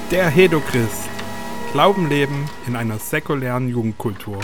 Der Hedochrist. Glauben leben in einer säkulären Jugendkultur.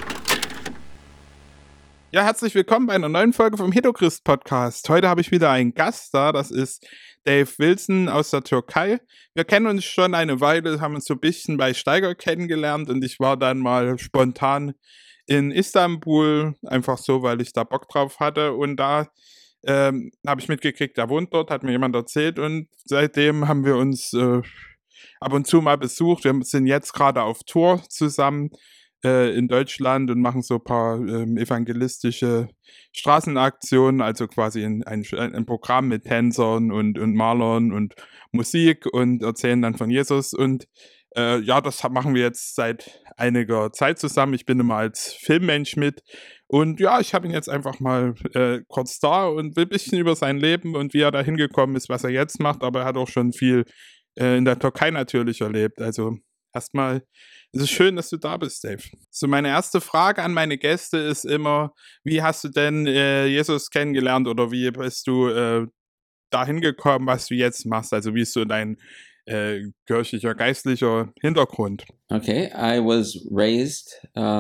Ja, herzlich willkommen bei einer neuen Folge vom Hedochrist Podcast. Heute habe ich wieder einen Gast da, das ist Dave Wilson aus der Türkei. Wir kennen uns schon eine Weile, haben uns so ein bisschen bei Steiger kennengelernt und ich war dann mal spontan in Istanbul, einfach so, weil ich da Bock drauf hatte, und da habe ich mitgekriegt, er wohnt dort, hat mir jemand erzählt, und seitdem haben wir uns ab und zu mal besucht. Wir sind jetzt gerade auf Tour zusammen in Deutschland und machen so ein paar evangelistische Straßenaktionen, also quasi ein Programm mit Tänzern und Malern und Musik, und erzählen dann von Jesus. Und ja, das machen wir jetzt seit einiger Zeit zusammen. Ich bin immer als Filmmensch mit. Und ja, ich habe ihn jetzt einfach mal kurz da und will ein bisschen über sein Leben und wie er da hingekommen ist, was er jetzt macht. Aber er hat auch schon viel in der Türkei natürlich erlebt. Also erstmal, es ist schön, dass du da bist, Dave. So, meine erste Frage an meine Gäste ist immer, wie hast du denn Jesus kennengelernt oder wie bist du dahin gekommen, was du jetzt machst? Also wie ist so dein kirchlicher, geistlicher Hintergrund? Okay, I was raised,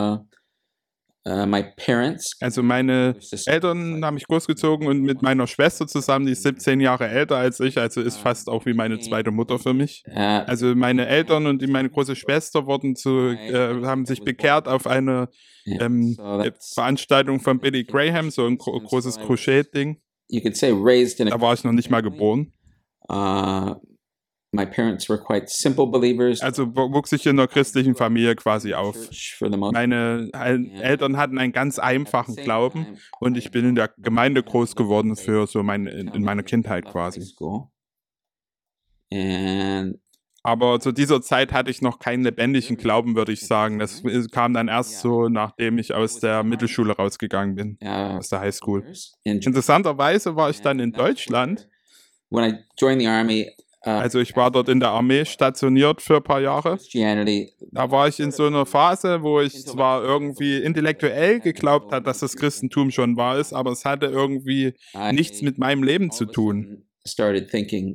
my parents. Also meine Eltern haben mich großgezogen und mit meiner Schwester zusammen, die ist 17 Jahre älter als ich, also ist fast auch wie meine zweite Mutter für mich. Also meine Eltern und meine große Schwester haben sich bekehrt auf eine Veranstaltung von Billy Graham, so ein großes Crochet-Ding. Da war ich noch nicht mal geboren. My parents were quite simple believers. Also wuchs ich in einer christlichen Familie quasi auf. Meine Eltern hatten einen ganz einfachen Glauben und ich bin in der Gemeinde groß geworden für so in meiner Kindheit quasi. Aber zu dieser Zeit hatte ich noch keinen lebendigen Glauben, würde ich sagen. Das kam dann erst so, nachdem ich aus der Mittelschule rausgegangen bin, aus der Highschool. Interessanterweise war ich dann in Deutschland. When I joined the army. Also ich war dort in der Armee stationiert für ein paar Jahre. Da war ich in so einer Phase, wo ich zwar irgendwie intellektuell geglaubt habe, dass das Christentum schon wahr ist, aber es hatte irgendwie nichts mit meinem Leben zu tun. Ich habe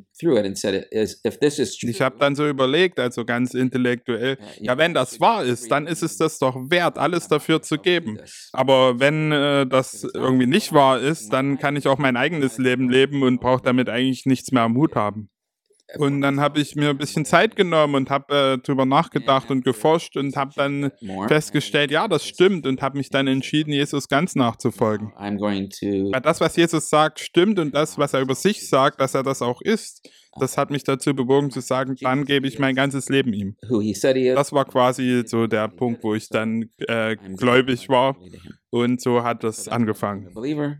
dann so überlegt, also ganz intellektuell, ja, wenn das wahr ist, dann ist es das doch wert, alles dafür zu geben. Aber wenn das irgendwie nicht wahr ist, dann kann ich auch mein eigenes Leben leben und brauche damit eigentlich nichts mehr am Hut haben. Und dann habe ich mir ein bisschen Zeit genommen und habe drüber nachgedacht und geforscht und habe dann festgestellt, ja, das stimmt, und habe mich dann entschieden, Jesus ganz nachzufolgen. Weil das, was Jesus sagt, stimmt, und das, was er über sich sagt, dass er das auch ist, das hat mich dazu bewogen zu sagen, dann gebe ich mein ganzes Leben ihm. Das war quasi so der Punkt, wo ich dann gläubig war, und so hat das angefangen.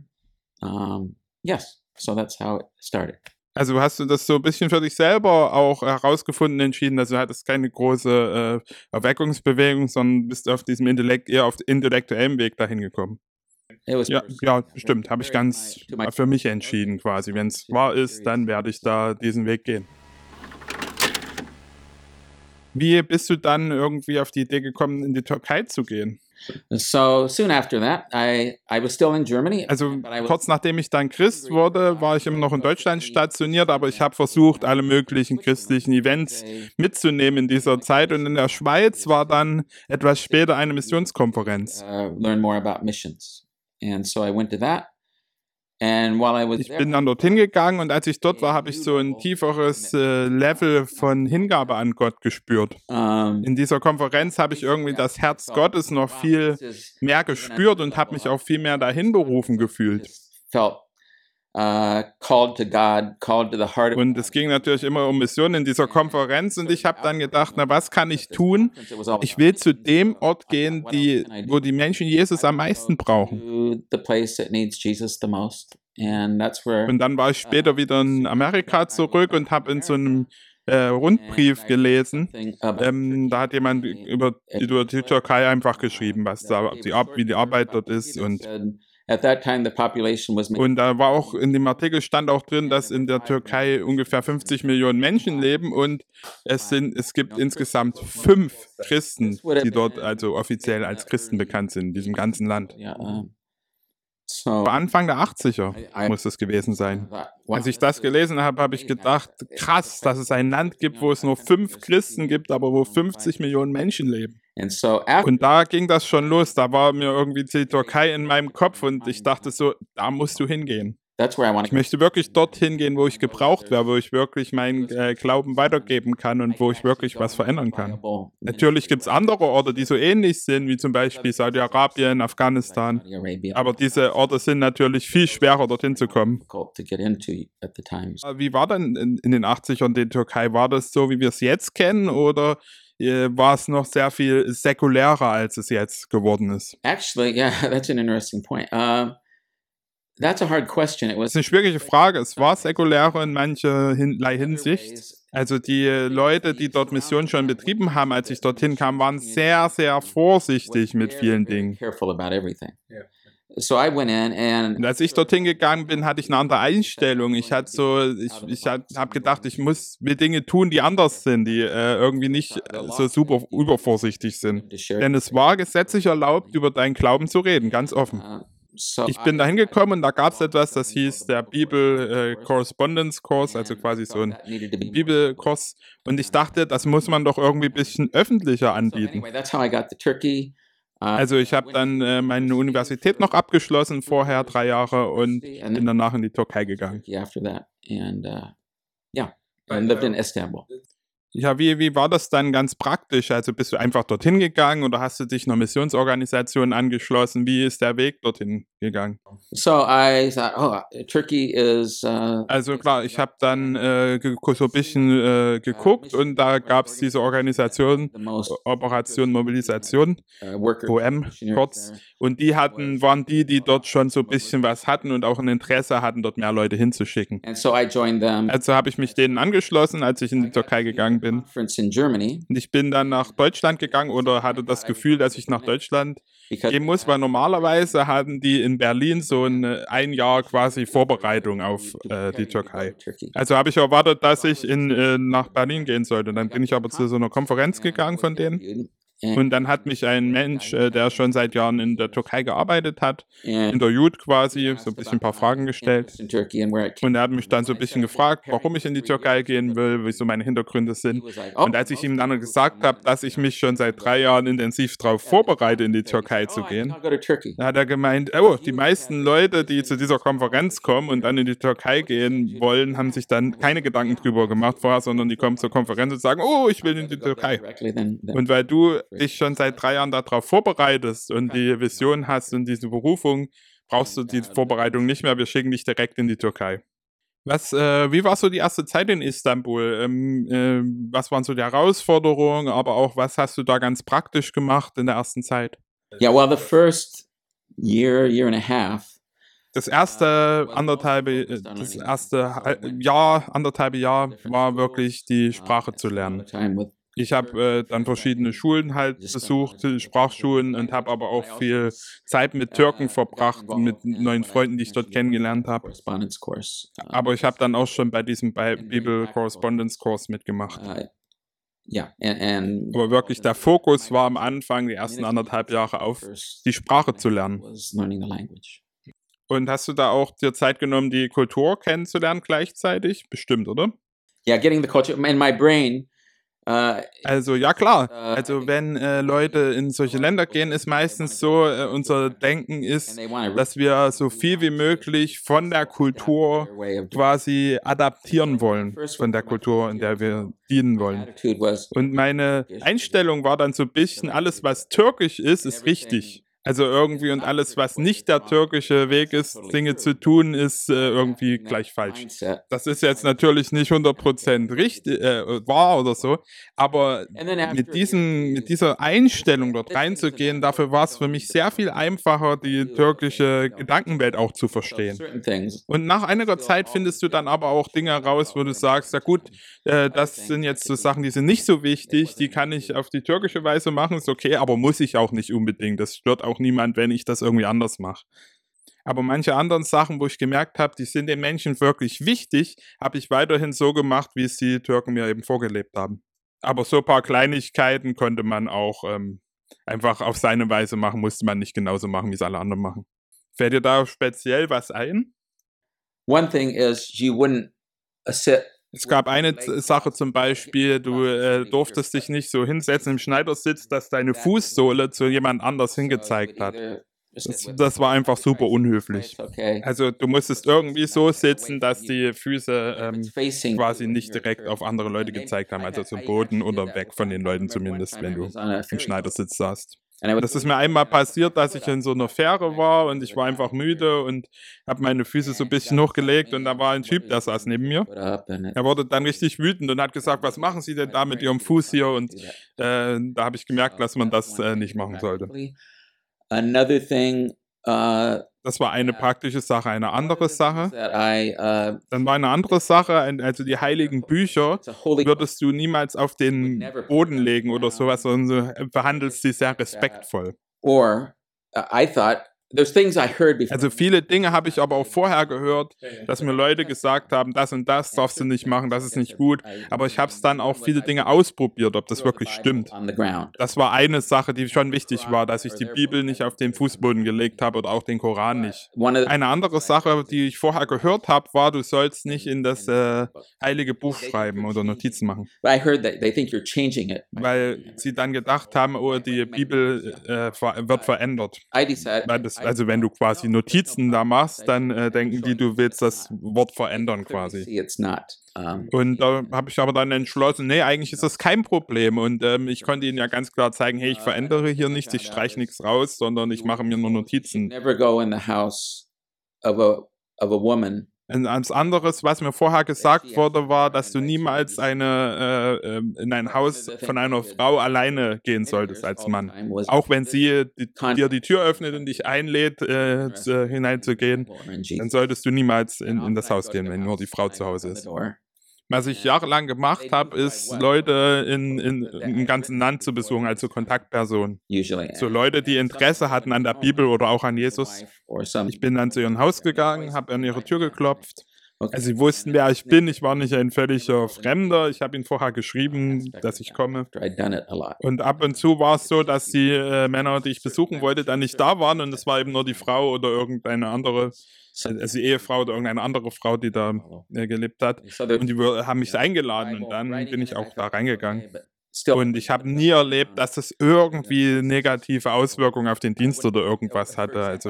Yes, so that's how it started. Also hast du das so ein bisschen für dich selber auch herausgefunden, entschieden, also du hattest keine große Erweckungsbewegung, sondern bist auf diesem eher auf intellektuellen Weg dahin gekommen? Ja, stimmt, habe ich ganz für mich entschieden quasi. Wenn es wahr ist, dann werde ich da diesen Weg gehen. Wie bist du dann irgendwie auf die Idee gekommen, in die Türkei zu gehen? So soon after that, I was still in Germany. Also kurz nachdem ich dann Christ wurde, war ich immer noch in Deutschland stationiert, aber ich habe versucht, alle möglichen christlichen Events mitzunehmen in dieser Zeit, und in der Schweiz war dann etwas später eine Missionskonferenz. Learn more about missions. And so I went to that. Ich bin dann dorthin gegangen, und als ich dort war, habe ich so ein tieferes Level von Hingabe an Gott gespürt. In dieser Konferenz habe ich irgendwie das Herz Gottes noch viel mehr gespürt und habe mich auch viel mehr dahin berufen gefühlt. Und es ging natürlich immer um Missionen in dieser Konferenz, und ich habe dann gedacht, na, was kann ich tun? Ich will zu dem Ort gehen, wo die Menschen Jesus am meisten brauchen. Und dann war ich später wieder in Amerika zurück und habe in so einem Rundbrief gelesen. Da hat jemand über die Türkei einfach geschrieben, wie die Arbeit dort ist, und da war auch in dem Artikel stand auch drin, dass in der Türkei ungefähr 50 Millionen Menschen leben, und es gibt insgesamt 5 Christen, die dort also offiziell als Christen bekannt sind in diesem ganzen Land. So Anfang der 80er I muss es gewesen sein. thought, wow, Als ich das gelesen habe, habe ich gedacht, krass, dass es ein Land gibt, wo es nur 5 Christen gibt, aber wo 50 Millionen Menschen leben. And so after Und da ging das schon los. Da war mir irgendwie die Türkei in meinem Kopf und ich dachte so, da musst du hingehen. that's where I want Ich to möchte wirklich dorthin gehen, wo ich gebraucht werde, wo ich wirklich meinen Glauben weitergeben kann und wo ich wirklich was verändern kann. Natürlich gibt es andere Orte, die so ähnlich sind, wie zum Beispiel Saudi-Arabien, Afghanistan. Saudi Arabia. Aber diese Orte sind natürlich viel schwerer, dorthin zu kommen. Difficult to get into at the time. Wie war denn in den 80ern die Türkei? War das so, wie wir es jetzt kennen, oder war es noch sehr viel säkulärer, als es jetzt geworden ist? Actually, yeah, that's an interesting point. That's a hard question. It Das was ist eine schwierige Frage. Es war säkulärer in mancherlei Hinsicht. Also die Leute, die dort Missionen schon betrieben haben, als ich dorthin kam, waren sehr, sehr vorsichtig mit vielen Dingen. Careful about everything. So I went in and Und als ich dorthin gegangen bin, hatte ich eine andere Einstellung. Ich habe gedacht, will Dinge tun, die anders sind, die irgendwie nicht so super übervorsichtig sind. to share. Denn es war gesetzlich erlaubt, über deinen Glauben zu reden, ganz offen. So Ich bin da hingekommen und da gab es etwas, das hieß der Bibel Correspondence Course, also quasi so ein that needed to be. Bibelkurs. Und ich dachte, das muss man doch irgendwie ein bisschen öffentlicher So anbieten. anyway, that's how I got to Turkey. Also ich habe dann meine Universität noch abgeschlossen, vorher 3 Jahre, und bin danach in die Türkei gegangen. Turkey after that, and yeah, and lived in Istanbul. Ja, wie war das dann ganz praktisch? Also bist du einfach dorthin gegangen oder hast du dich einer Missionsorganisation angeschlossen? Wie ist der Weg dorthin gegangen? So I thought, oh, Turkey is. Also klar, ich habe dann so ein bisschen geguckt und da gab es diese Organisation, the most Operation Mobilisation, worker OM kurz, und die waren die dort schon so ein bisschen was hatten und auch ein Interesse hatten, dort mehr Leute hinzuschicken. And so I joined them. Also habe ich mich denen angeschlossen, als ich in die Türkei gegangen bin. Conference in Germany Und ich bin dann nach Deutschland gegangen oder hatte das Gefühl, dass ich nach Deutschland because gehen muss, weil normalerweise hatten die in Berlin so ein Jahr quasi Vorbereitung auf die Türkei. Turkey. Also habe ich erwartet, dass ich nach Berlin gehen sollte. Dann bin ich aber zu so einer Konferenz gegangen von denen. Und dann hat mich ein Mensch, der schon seit Jahren in der Türkei gearbeitet hat, interviewt quasi, so ein bisschen ein paar Fragen gestellt. In Turkey and where it came. Und er hat mich dann so ein bisschen gefragt, warum ich in die Türkei gehen will, wieso meine Hintergründe sind. Und als ich ihm dann gesagt habe, dass ich mich schon seit 3 Jahren intensiv darauf vorbereite, in die Türkei zu gehen, I'll go to Turkey. da hat er gemeint, oh, die meisten Leute, die zu dieser Konferenz kommen und dann in die Türkei gehen wollen, haben sich dann keine Gedanken drüber gemacht vorher, sondern die kommen zur Konferenz und sagen, oh, ich will in die Türkei. Directly then. Und weil du dich schon seit 3 Jahren darauf vorbereitest und die Vision hast und diese Berufung, brauchst du die Vorbereitung nicht mehr. Wir schicken dich direkt in die Türkei. Wie war so die erste Zeit in Istanbul? Was waren so die Herausforderungen, aber auch was hast du da ganz praktisch gemacht in der ersten Zeit? Yeah, well, the first year and a half. Das erste anderthalbe Jahr war wirklich die Sprache zu lernen. Time with Ich habe dann verschiedene Schulen halt besucht, Sprachschulen, und habe aber auch viel Zeit mit Türken verbracht, mit neuen Freunden, die ich dort kennengelernt habe. correspondence course. Aber ich habe dann auch schon bei diesem Bibel Correspondence Kurs mitgemacht. Yeah, and Aber wirklich der Fokus war am Anfang, die ersten 1,5 Jahre, auf die Sprache zu lernen. was learning the language. Und hast du da auch dir Zeit genommen, die Kultur kennenzulernen gleichzeitig? Bestimmt, oder? Yeah, getting the culture in my brain. Also ja klar, also wenn Leute in solche Länder gehen, ist meistens so, unser Denken ist, dass wir so viel wie möglich von der Kultur quasi adaptieren wollen, von der Kultur, in der wir dienen wollen. Attitude was Und meine Einstellung war dann so ein bisschen, alles was türkisch ist richtig. Also irgendwie, und alles, was nicht der türkische Weg ist, Dinge zu tun, ist irgendwie gleich falsch. mindset. Das ist jetzt natürlich nicht 100% richtig, wahr oder so, aber mit dieser Einstellung dort reinzugehen, dafür war es für mich sehr viel einfacher, die türkische Gedankenwelt auch zu verstehen. Certain things. Und nach einiger Zeit findest du dann aber auch Dinge raus, wo du sagst, ja gut, das sind jetzt so Sachen, die sind nicht so wichtig, die kann ich auf die türkische Weise machen, ist okay, aber muss ich auch nicht unbedingt. Das stört auch niemand, wenn ich das irgendwie anders mache. Aber manche anderen Sachen, wo ich gemerkt habe, die sind den Menschen wirklich wichtig, habe ich weiterhin so gemacht, wie es die Türken mir eben vorgelebt haben. Aber so ein paar Kleinigkeiten konnte man auch einfach auf seine Weise machen, musste man nicht genauso machen, wie es alle anderen machen. Fällt dir da speziell was ein? One thing is you wouldn't sit. Es gab eine Sache zum Beispiel, du durftest dich nicht so hinsetzen im Schneidersitz, dass deine Fußsohle zu jemand anders hingezeigt hat. Das war einfach super unhöflich. Also du musstest irgendwie so sitzen, dass die Füße quasi nicht direkt auf andere Leute gezeigt haben, also zum Boden oder weg von den Leuten zumindest, wenn du im Schneidersitz saßt. Das ist mir einmal passiert, dass ich in so einer Fähre war und ich war einfach müde und habe meine Füße so ein bisschen hochgelegt und da war ein Typ, der saß neben mir. Er wurde dann richtig wütend und hat gesagt, was machen Sie denn da mit Ihrem Fuß hier? Und da habe ich gemerkt, dass man das nicht machen sollte. Another thing, das war eine praktische Sache. Eine andere Sache, dann war eine andere Sache, also die heiligen Bücher würdest du niemals auf den Boden legen oder sowas, sondern du behandelst sie sehr respektvoll. Also viele Dinge habe ich aber auch vorher gehört, dass mir Leute gesagt haben, das und das darfst du nicht machen, das ist nicht gut. Aber ich habe es dann auch viele Dinge ausprobiert, ob das wirklich stimmt. Das war eine Sache, die schon wichtig war, dass ich die Bibel nicht auf den Fußboden gelegt habe oder auch den Koran nicht. Eine andere Sache, die ich vorher gehört habe, war, du sollst nicht in das heilige Buch schreiben oder Notizen machen. Weil sie dann gedacht haben, oh, die Bibel wird verändert. Also wenn du quasi Notizen da machst, dann denken die, du willst das Wort verändern quasi. Und da habe ich aber dann entschlossen, nee, eigentlich ist das kein Problem. Und ich konnte ihnen ja ganz klar zeigen, hey, ich verändere hier nichts, ich streiche nichts raus, sondern ich mache mir nur Notizen. Und als anderes, was mir vorher gesagt wurde, war, dass du niemals in ein Haus von einer Frau alleine gehen solltest als Mann. Auch wenn sie dir die Tür öffnet und dich einlädt, hineinzugehen, dann solltest du niemals in das Haus gehen, wenn nur die Frau zu Hause ist. Was ich jahrelang gemacht habe, ist, Leute im ganzen Land zu besuchen, also Kontaktpersonen. So Leute, die Interesse hatten an der Bibel oder auch an Jesus. Ich bin dann zu ihrem Haus gegangen, habe an ihre Tür geklopft. Also sie wussten, wer ich bin. Ich war nicht ein völliger Fremder. Ich habe ihnen vorher geschrieben, dass ich komme. Und ab und zu war es so, dass die Männer, die ich besuchen wollte, dann nicht da waren. Und es war eben nur die Frau oder irgendeine andere, also die Ehefrau oder irgendeine andere Frau, die da gelebt hat. Und die haben mich eingeladen und dann bin ich auch da reingegangen. Und ich habe nie erlebt, dass das irgendwie negative Auswirkungen auf den Dienst oder irgendwas hatte. Also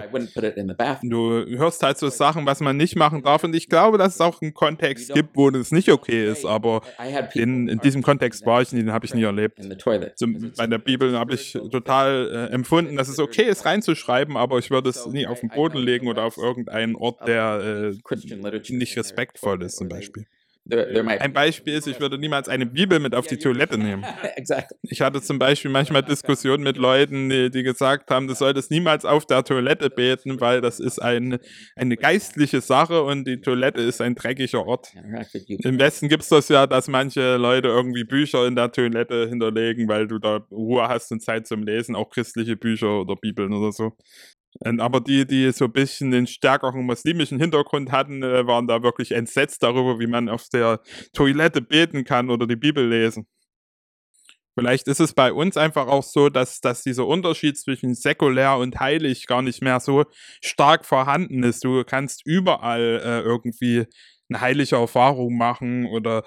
du hörst halt so Sachen, was man nicht machen darf. Und ich glaube, dass es auch einen Kontext gibt, wo das nicht okay ist. Aber in diesem Kontext war ich nie, den habe ich nie erlebt. Bei der Bibel habe ich total empfunden, dass es okay ist, reinzuschreiben, aber ich würde es nie auf den Boden legen oder auf irgendeinen Ort, der nicht respektvoll ist zum Beispiel. Ein Beispiel ist, ich würde niemals eine Bibel mit auf die Toilette nehmen. Ich hatte zum Beispiel manchmal Diskussionen mit Leuten, die gesagt haben, du solltest niemals auf der Toilette beten, weil das ist eine geistliche Sache und die Toilette ist ein dreckiger Ort. Im Westen gibt es das ja, dass manche Leute irgendwie Bücher in der Toilette hinterlegen, weil du da Ruhe hast und Zeit zum Lesen, auch christliche Bücher oder Bibeln oder so. Aber die so ein bisschen den stärkeren muslimischen Hintergrund hatten, waren da wirklich entsetzt darüber, wie man auf der Toilette beten kann oder die Bibel lesen. Vielleicht ist es bei uns einfach auch so, dass dieser Unterschied zwischen säkulär und heilig gar nicht mehr so stark vorhanden ist. Du kannst überall irgendwie eine heilige Erfahrung machen oder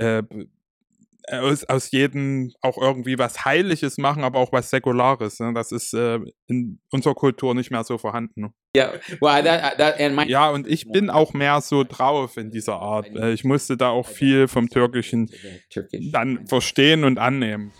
aus jedem auch irgendwie was Heiliges machen, aber auch was Säkulares. Ne? Das ist in unserer Kultur nicht mehr so vorhanden. Ne? Ja, und ich bin auch mehr so drauf in dieser Art. Ich musste da auch viel vom Türkischen dann verstehen und annehmen.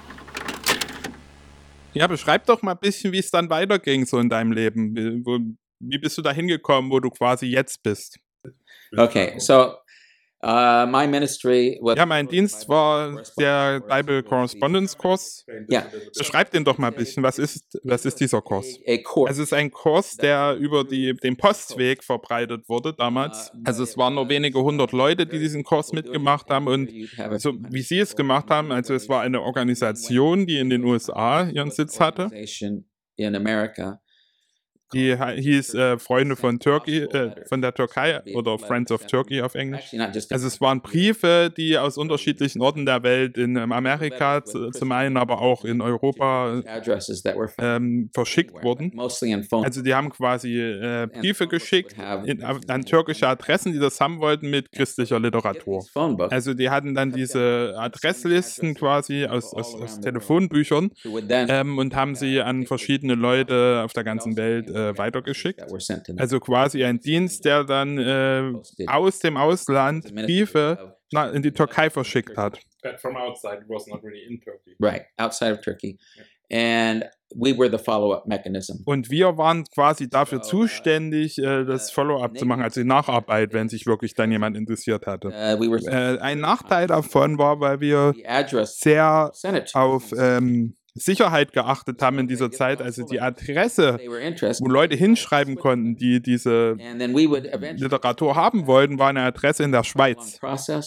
Ja, beschreib doch mal ein bisschen, wie es dann weiterging so in deinem Leben. Wie bist du da hingekommen, wo du quasi jetzt bist? Okay, so my ministry was, mein Dienst war der Bible Correspondence Kurs. Beschreib den doch mal ein bisschen. Was ist dieser Kurs? Es ist ein Kurs, der über den Postweg verbreitet wurde damals. Also es waren nur wenige 100 Leute, die diesen Kurs mitgemacht haben und so wie sie es gemacht haben, also es war eine Organisation, die in den USA ihren Sitz hatte. Die hieß Freunde von Turkey, von der Türkei oder Friends of Turkey auf Englisch. Also es waren Briefe, die aus unterschiedlichen Orten der Welt, in Amerika zum einen, aber auch in Europa verschickt wurden. Also die haben quasi Briefe geschickt an türkische Adressen, die das haben wollten mit christlicher Literatur. Also die hatten dann diese Adresslisten quasi aus Telefonbüchern und haben sie an verschiedene Leute auf der ganzen Welt weitergeschickt. Also quasi ein Dienst, der dann aus dem Ausland Briefe in die Türkei verschickt hat. But from outside, it was not really in Turkey. Right, outside of Turkey. And we were the follow-up mechanism. Und wir waren quasi dafür zuständig, das Follow-up zu machen, also die Nacharbeit, wenn sich wirklich dann jemand interessiert hatte. Ein Nachteil davon war, weil wir sehr auf Sicherheit geachtet haben in dieser Zeit, also die Adresse, wo Leute hinschreiben konnten, die diese Literatur haben wollten, war eine Adresse in der Schweiz.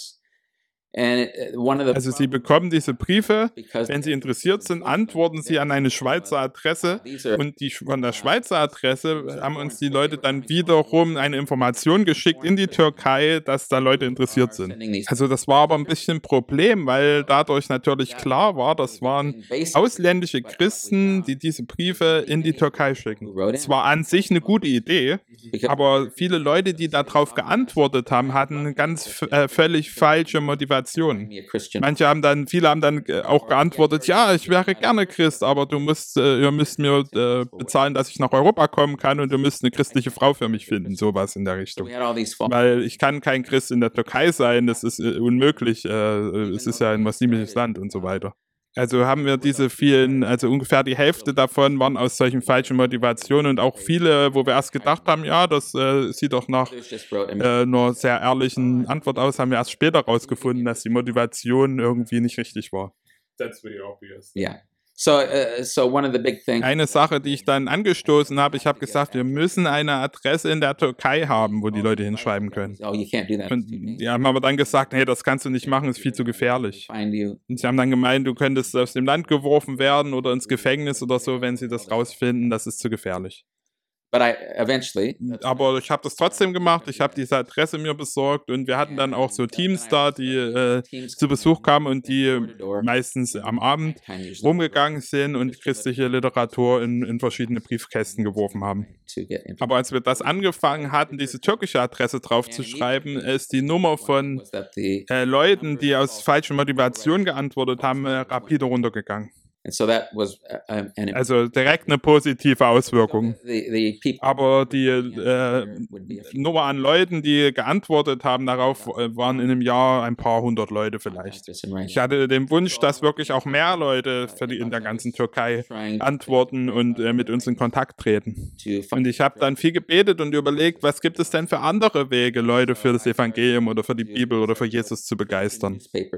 Also sie bekommen diese Briefe, wenn sie interessiert sind, antworten sie an eine Schweizer Adresse und von der Schweizer Adresse haben uns die Leute dann wiederum eine Information geschickt in die Türkei, dass da Leute interessiert sind. Also das war aber ein bisschen ein Problem, weil dadurch natürlich klar war, das waren ausländische Christen, die diese Briefe in die Türkei schicken. Es war an sich eine gute Idee, aber viele Leute, die darauf geantwortet haben, hatten ganz völlig falsche Motivation. Viele haben dann auch geantwortet, ja, ich wäre gerne Christ, aber ihr müsst mir bezahlen, dass ich nach Europa kommen kann und ihr müsst eine christliche Frau für mich finden, sowas in der Richtung. Weil ich kann kein Christ in der Türkei sein, das ist unmöglich, es ist ja ein muslimisches Land und so weiter. Also haben wir diese vielen, also ungefähr die Hälfte davon waren aus solchen falschen Motivationen und auch viele, wo wir erst gedacht haben, ja, das sieht doch nach einer sehr ehrlichen Antwort aus, haben wir erst später rausgefunden, dass die Motivation irgendwie nicht richtig war. That's really obvious. Yeah. So one of the big things. Eine Sache, die ich dann angestoßen habe, ich habe gesagt, wir müssen eine Adresse in der Türkei haben, wo die Leute hinschreiben können. Oh, you can't do that. Und die haben aber dann gesagt, hey, das kannst du nicht machen, ist viel zu gefährlich. Und sie haben dann gemeint, du könntest aus dem Land geworfen werden oder ins Gefängnis oder so, wenn sie das rausfinden, das ist zu gefährlich. Aber ich habe das trotzdem gemacht, ich habe diese Adresse mir besorgt und wir hatten dann auch so Teams da, die zu Besuch kamen und die meistens am Abend rumgegangen sind und christliche Literatur in verschiedene Briefkästen geworfen haben. Aber als wir das angefangen hatten, diese türkische Adresse drauf zu schreiben, ist die Nummer von Leuten, die aus falschen Motivationen geantwortet haben, rapide runtergegangen. Also direkt eine positive Auswirkung. Aber die Nummer an Leuten, die geantwortet haben darauf, waren in einem Jahr ein paar hundert Leute vielleicht. Ich hatte den Wunsch, dass wirklich auch mehr Leute in der ganzen Türkei antworten und mit uns in Kontakt treten. Und ich habe dann viel gebetet und überlegt, was gibt es denn für andere Wege, Leute für das Evangelium oder für die Bibel oder für Jesus zu begeistern.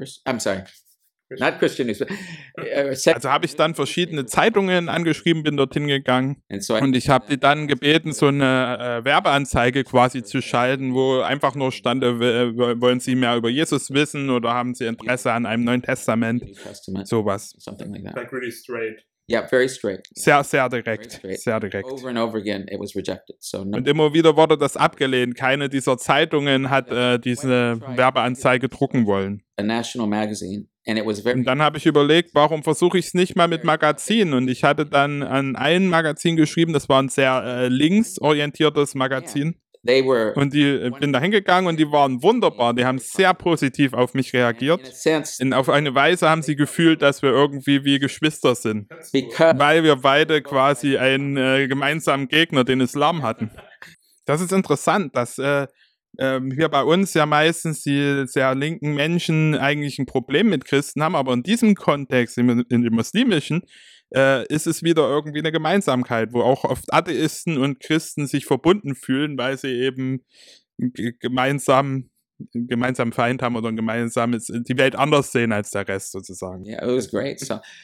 Not Christian news. Also habe ich dann verschiedene Zeitungen angeschrieben, bin dorthin gegangen und ich habe die dann gebeten, so eine Werbeanzeige quasi zu schalten, wo einfach nur stand, wollen Sie mehr über Jesus wissen oder haben Sie Interesse an einem Neuen Testament, sowas. Like really straight. Yeah, very straight. Sehr, sehr direkt. Sehr direkt. Over and over again, it was rejected. Und immer wieder wurde das abgelehnt. Keine dieser Zeitungen hat diese Werbeanzeige drucken wollen. A national magazine. Und dann habe ich überlegt, warum versuche ich es nicht mal mit Magazinen? Und ich hatte dann an ein Magazin geschrieben, das war ein sehr linksorientiertes Magazin. Und bin da hingegangen und die waren wunderbar. Die haben sehr positiv auf mich reagiert. Und auf eine Weise haben sie gefühlt, dass wir irgendwie wie Geschwister sind. Weil wir beide quasi einen gemeinsamen Gegner, den Islam, hatten. Das ist interessant, dass hier bei uns ja meistens die sehr linken Menschen eigentlich ein Problem mit Christen haben, aber in diesem Kontext, in dem muslimischen, ist es wieder irgendwie eine Gemeinsamkeit, wo auch oft Atheisten und Christen sich verbunden fühlen, weil sie eben gemeinsam Feind haben oder die Welt anders sehen als der Rest sozusagen. Yeah, it was great.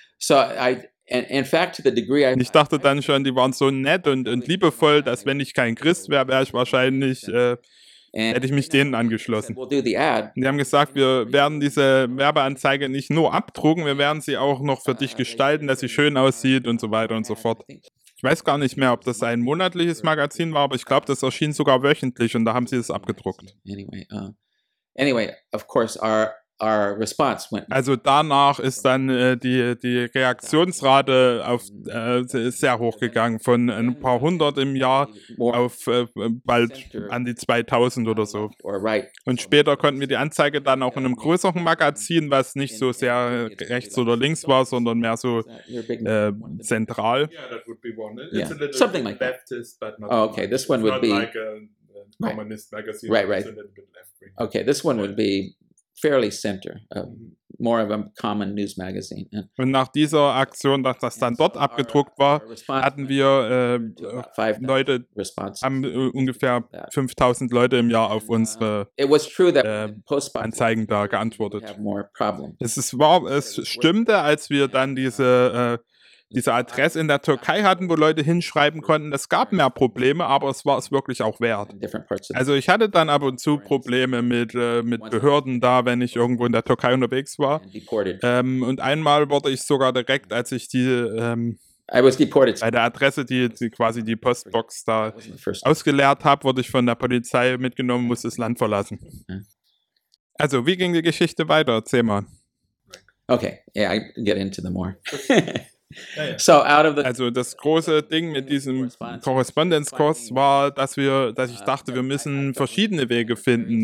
In fact, to the degree ich dachte dann schon, die waren so nett und liebevoll, dass wenn ich kein Christ wäre, wäre ich wahrscheinlich hätte ich mich denen angeschlossen. Die haben gesagt, wir werden diese Werbeanzeige nicht nur abdrucken, wir werden sie auch noch für dich gestalten, dass sie schön aussieht und so weiter und so fort. Ich weiß gar nicht mehr, ob das ein monatliches Magazin war, aber ich glaube, das erschien sogar wöchentlich und da haben sie es abgedruckt. Anyway, of course, our response went. Also danach ist dann die Reaktionsrate sehr hoch gegangen, von ein paar hundert im Jahr auf bald an die 2000 oder so. Und später konnten wir die Anzeige dann auch in einem größeren Magazin, was nicht so sehr rechts oder links war, sondern mehr so zentral. Yeah, that would be one. It's Yeah, a little something bit like that. leftist, but not Oh, too okay, much. this one It's would not be- like a communist magazine. Right, It's right. a little bit left-wing. Okay, this one would be fairly center, more of a common news magazine. And Und nach dieser Aktion, dass das dann dort abgedruckt war, hatten wir Leute, response. haben ungefähr 5000 Leute im Jahr auf unsere It was true that Anzeigen da geantwortet. have more problems. Es stimmte, als wir dann diese Adresse in der Türkei hatten, wo Leute hinschreiben konnten, es gab mehr Probleme, aber es war es wirklich auch wert. In different parts of Also ich hatte dann ab und zu Probleme mit Behörden da, wenn ich irgendwo in der Türkei unterwegs war. and deported. Und einmal wurde ich sogar direkt, als ich I was deported. bei der Adresse, die quasi die Postbox da That wasn't the first. ausgeleert habe, wurde ich von der Polizei mitgenommen, musste das Land verlassen. Mhm. Also, wie ging die Geschichte weiter? Erzähl mal. Okay, yeah, I get into the more. yeah. So out of the Also das große Ding mit diesem Korrespondenzkurs war, dass ich dachte, wir müssen verschiedene Wege finden,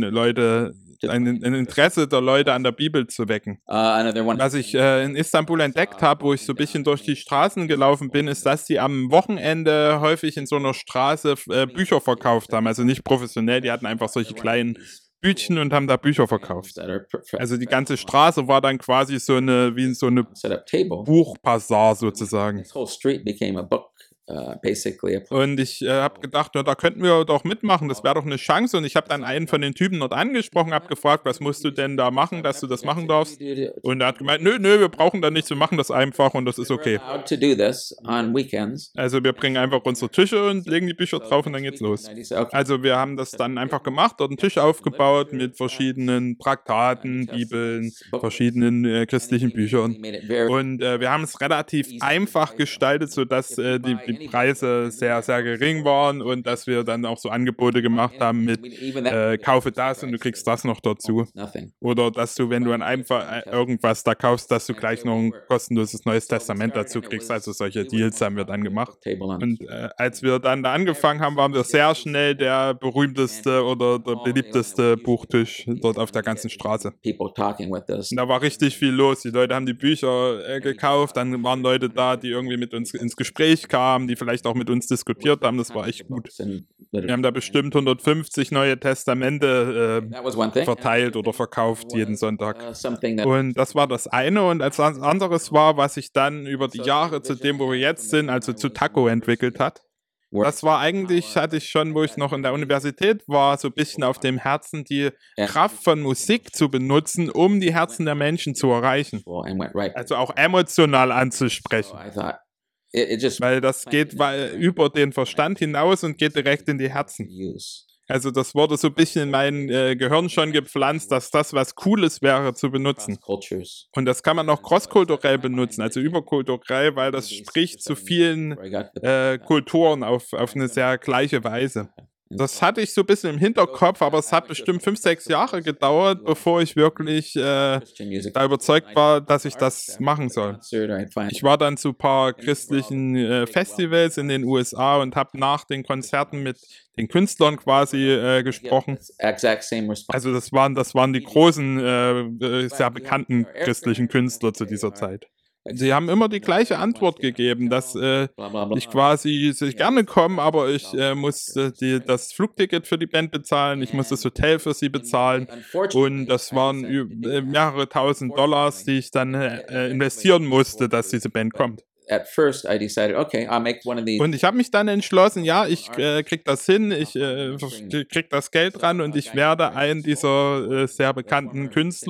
ein Interesse der Leute an der Bibel zu wecken. another one. Was ich in Istanbul entdeckt habe, wo ich so ein bisschen durch die Straßen gelaufen bin, ist, dass die am Wochenende häufig in so einer Straße Bücher verkauft haben. Also nicht professionell, die hatten einfach solche kleinen Bütchen und haben da Bücher verkauft. Also die ganze Straße war dann quasi wie so eine set up table. Buchbazar sozusagen. This whole street became a book, basically. Und ich habe gedacht, ja, da könnten wir doch mitmachen, das wäre doch eine Chance. Und ich habe dann einen von den Typen dort angesprochen, habe gefragt, was musst du denn da machen, dass du das machen darfst. Und er hat gemeint, nö, wir brauchen da nichts, wir machen das einfach und das ist okay. Allowed to do this on weekends. Also wir bringen einfach unsere Tische und legen die Bücher drauf und dann geht's los. And he said, okay. Also wir haben das dann einfach gemacht, dort einen Tisch aufgebaut mit verschiedenen Traktaten, Bibeln, verschiedenen christlichen He Büchern. made it very Und wir haben es relativ einfach gestaltet, sodass die Preise sehr, sehr gering waren und dass wir dann auch so Angebote gemacht haben mit kaufe das und du kriegst das noch dazu. nothing. Oder dass du, wenn du einfach irgendwas da kaufst, dass du gleich noch ein kostenloses Neues Testament dazu kriegst. Also solche Deals haben wir dann gemacht. Table on. Und als wir dann da angefangen haben, waren wir sehr schnell der berühmteste oder der beliebteste Buchtisch dort auf der ganzen Straße. People talking with us. Und da war richtig viel los. Die Leute haben die Bücher gekauft, dann waren Leute da, die irgendwie mit uns ins Gespräch kamen, die vielleicht auch mit uns diskutiert haben. Das war echt gut. Wir haben da bestimmt 150 neue Testamente That was one thing. verteilt oder verkauft jeden Sonntag. Something that Und das war das eine. Und als anderes war, was sich dann über die Jahre zu dem, wo wir jetzt sind, also zu Taco entwickelt hat. Das war eigentlich, hatte ich schon, wo ich noch in der Universität war, so ein bisschen auf dem Herzen, die Kraft von Musik zu benutzen, um die Herzen der Menschen zu erreichen. and went right. Also auch emotional So anzusprechen. I thought it just Weil das geht über den Verstand hinaus und geht direkt in die Herzen. use. Also das wurde so ein bisschen in mein Gehirn schon gepflanzt, dass das was Cooles wäre zu benutzen. Cultures. Und das kann man auch crosskulturell benutzen, also überkulturell, weil das spricht zu vielen Where I got the Kulturen auf eine sehr gleiche Weise. Das hatte ich so ein bisschen im Hinterkopf, aber es hat bestimmt 5, 6 Jahre gedauert, bevor ich wirklich Christian music. da überzeugt war, dass ich das machen soll. Concert, I'd find Ich war dann zu ein paar christlichen Festivals in den USA und habe nach den Konzerten mit den Künstlern quasi gesprochen. exact same response. Also das waren die großen, sehr bekannten christlichen Künstler zu dieser Zeit. Sie haben immer die gleiche Antwort gegeben, dass Blah, blah, blah. ich quasi gerne komme, aber ich muss das Flugticket für die Band bezahlen, ich muss das Hotel für sie bezahlen und das waren mehrere tausend Dollars, die ich dann investieren musste, dass diese Band kommt. At first, I decided, okay, I'll make one of these. Und ich habe mich dann entschlossen, ja, ich krieg das hin, ich krieg das Geld ran und ich werde einen dieser sehr bekannten Künstler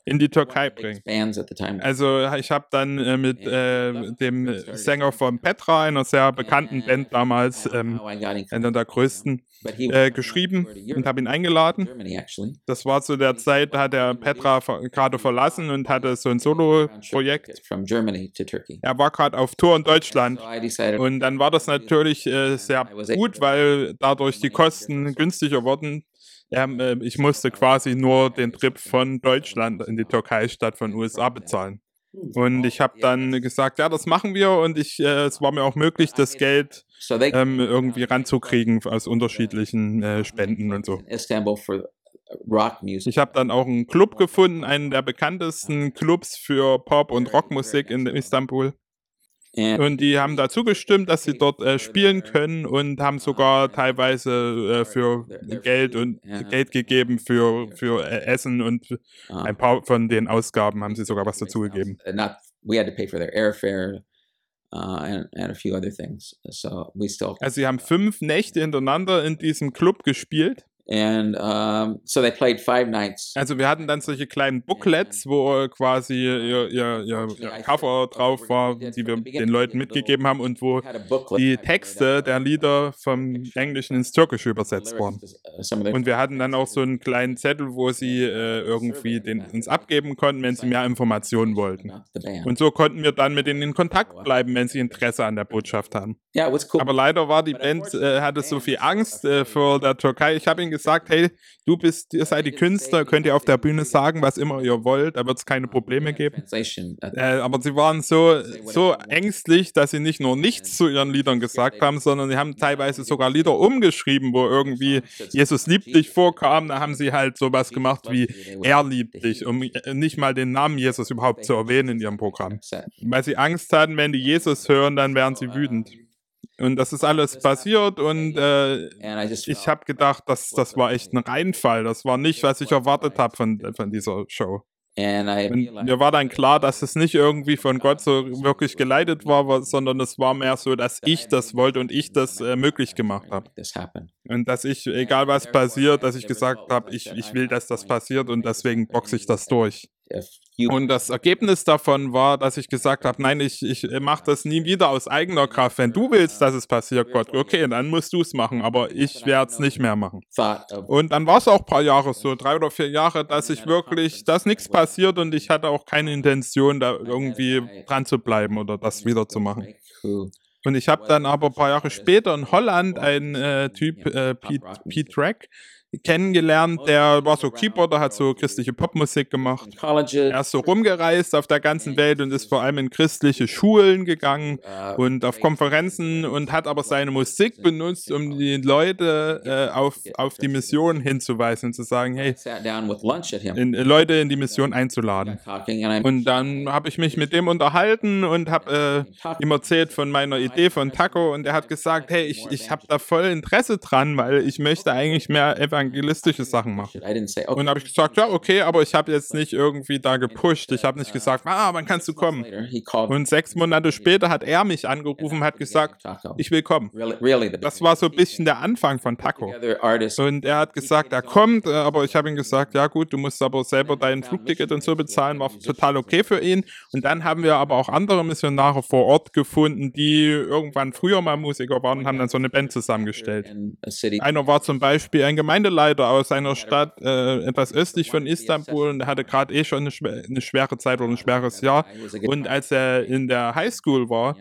in die Türkei bringen. Bands at the time. Also ich habe dann mit dem Sänger von Petra, einer sehr bekannten Band damals, einer der größten, geschrieben und habe ihn eingeladen. Germany, actually. Das war zu der Zeit, da hat er Petra gerade verlassen und hatte so ein Solo-Projekt. From Germany to Turkey. Er war gerade auf Tour in Deutschland. So I decided. Und dann war das natürlich sehr gut, weil dadurch die Kosten günstiger wurden. Ich musste quasi nur den Trip von Deutschland in die Türkei statt von USA bezahlen. Und ich habe dann gesagt, ja, das machen wir. Und es war mir auch möglich, das Geld So they irgendwie ranzukriegen aus unterschiedlichen Spenden und so. in Istanbul for rock music. Ich habe dann auch einen Club gefunden, einen der bekanntesten Clubs für Pop- und Rockmusik in Istanbul. And Und die haben dazu gestimmt, dass sie dort spielen können und haben sogar teilweise für Geld gegeben für Essen und ein paar von den Ausgaben haben sie sogar was dazu gegeben. We had to pay for their airfare and a few other things. So we still. Also sie haben 5 Nächte hintereinander in diesem Club gespielt. And so they played 5 nights. Also wir hatten dann solche kleinen Booklets, wo quasi ihr Cover drauf war, die wir den Leuten mitgegeben haben und wo Had a booklet. die Texte der Lieder vom Englischen ins Türkische übersetzt waren. Some of their Und wir hatten dann auch so einen kleinen Zettel, wo sie irgendwie uns abgeben konnten, wenn sie mehr Informationen wollten. not the band. Und so konnten wir dann mit ihnen in Kontakt bleiben, wenn sie Interesse an der Botschaft haben. Yeah, it was cool. Aber leider war die Band, hatte so viel Angst vor der Türkei. Ich habe ihnen gesagt, hey, ihr seid die Künstler, könnt ihr auf der Bühne sagen, was immer ihr wollt, da wird es keine Probleme geben. Translation. Aber sie waren so ängstlich, dass sie nicht nur nichts zu ihren Liedern gesagt haben, sondern sie haben teilweise sogar Lieder umgeschrieben, wo irgendwie Jesus liebt dich vorkam. Da haben sie halt sowas gemacht wie er liebt dich, um nicht mal den Namen Jesus überhaupt zu erwähnen in ihrem Programm. Weil sie Angst hatten, wenn die Jesus hören, dann wären sie wütend. Und das ist alles passiert und And I just ich habe gedacht, das war echt ein Reinfall. Das war nicht, was ich erwartet habe von dieser Show. and I Und realized mir war dann klar, dass es nicht irgendwie von Gott so wirklich geleitet war, sondern es war mehr so, dass ich das wollte und ich das möglich gemacht habe. this happened. Und dass ich, egal was passiert, dass ich gesagt habe, ich will, dass das passiert und deswegen boxe ich das durch. If you Und das Ergebnis davon war, dass ich gesagt habe, nein, ich mache das nie wieder aus eigener Kraft. Wenn du willst, dass es passiert, Gott, okay, dann musst du es machen, aber ich werde es nicht mehr machen. thought of Und dann war es auch ein paar Jahre so, 3 oder 4 Jahre, dass nichts passiert und ich hatte auch keine Intention, da irgendwie dran zu bleiben oder das wieder zu machen. who Und ich habe dann aber ein paar Jahre später in Holland einen Typ, Pete Rack, kennengelernt, der war so Keyboarder, hat so christliche Popmusik gemacht. colleges. Er ist so rumgereist auf der ganzen Welt und ist vor allem in christliche Schulen gegangen und auf Konferenzen und hat aber seine Musik benutzt, um die Leute auf die Mission hinzuweisen und zu sagen, hey, Sat down with lunch at him. Leute in die Mission einzuladen. Talking and Und dann habe ich mich mit dem unterhalten und habe ihm erzählt von meiner Idee von Taco und er hat gesagt, hey, ich habe da voll Interesse dran, weil ich möchte eigentlich mehr evangelistische Sachen machen. I didn't say, okay. Und habe ich gesagt, ja, okay, aber ich habe jetzt nicht irgendwie da gepusht. Ich habe nicht gesagt, wann kannst du kommen? Later, he called Und 6 Monate später hat er mich angerufen und hat gesagt, Taco. ich will kommen. Really the Das war so ein bisschen der Anfang von Taco. other artists. Und er hat gesagt, er kommt, aber ich habe ihm gesagt, ja gut, du musst aber selber dein Flugticket und so bezahlen, war total okay für ihn. Und dann haben wir aber auch andere Missionare vor Ort gefunden, die irgendwann früher mal Musiker waren und haben dann so eine Band zusammengestellt. in a city. Einer war zum Beispiel ein Gemeindeleiter aus einer Stadt etwas östlich von Istanbul und der hatte gerade schon eine schwere Zeit oder ein schweres Jahr. Und als er in der Highschool war,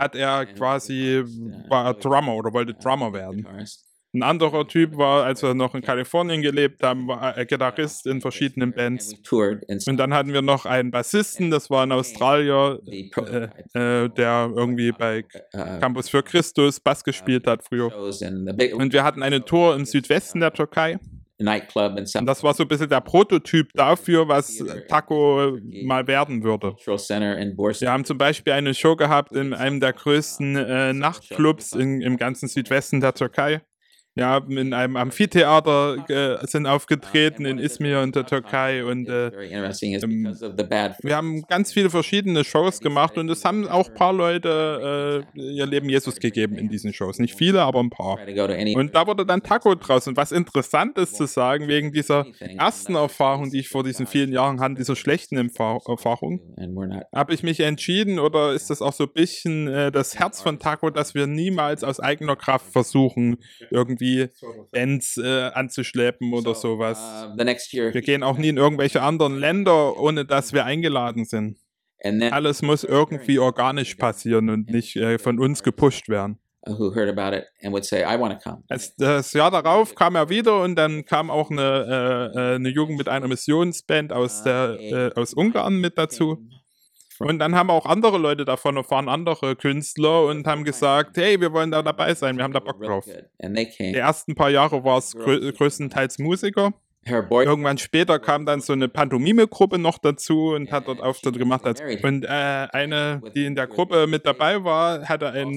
war er Drummer oder wollte Drummer werden. Guitarist. Ein anderer Typ war, als wir noch in Kalifornien gelebt haben, war er Gitarrist in verschiedenen Bands. We toured in Und dann hatten wir noch einen Bassisten, das war ein Australier, the prototype der irgendwie bei uh, Campus für Christus Bass gespielt hat früher. shows in the big Und wir hatten eine Tour im Südwesten der Türkei. nightclub in Und South das war so ein bisschen der Prototyp dafür, was Taco mal werden würde. Cultural Center in Bursa. Wir haben zum Beispiel eine Show gehabt in einem der größten Nachtclubs im ganzen Südwesten der Türkei. Wir haben in einem Amphitheater sind aufgetreten in Izmir und der Türkei und Very interesting is ähm, because of the bad wir haben ganz viele verschiedene Shows gemacht und es haben auch ein paar Leute ihr Leben Jesus gegeben in diesen Shows. Nicht viele, aber ein paar. try to go to any Und da wurde dann Taco draus. Und was interessant ist zu sagen, wegen dieser ersten Erfahrung, die ich vor diesen vielen Jahren hatte, dieser schlechten Erfahrung, and we're not habe ich mich entschieden, oder ist das auch so ein bisschen das Herz von Taco, dass wir niemals aus eigener Kraft versuchen, irgendwie Bands anzuschleppen oder sowas. the next year Wir gehen auch nie in irgendwelche anderen Länder, ohne dass wir eingeladen sind. and then Alles muss irgendwie organisch passieren und nicht von uns gepusht werden. who heard about it and would say I want to come. Das Jahr darauf kam er wieder und dann kam auch eine Jugend mit einer Missionsband aus Ungarn mit dazu. Und dann haben auch andere Leute davon erfahren, andere Künstler, und haben gesagt, hey, wir wollen da dabei sein, wir haben da Bock drauf. And they Die came. ersten paar Jahre war es größtenteils Musiker. Her boy Irgendwann später kam dann so eine Pantomime-Gruppe noch dazu und hat dort Auftritte gemacht. Und eine, die in der Gruppe mit dabei war,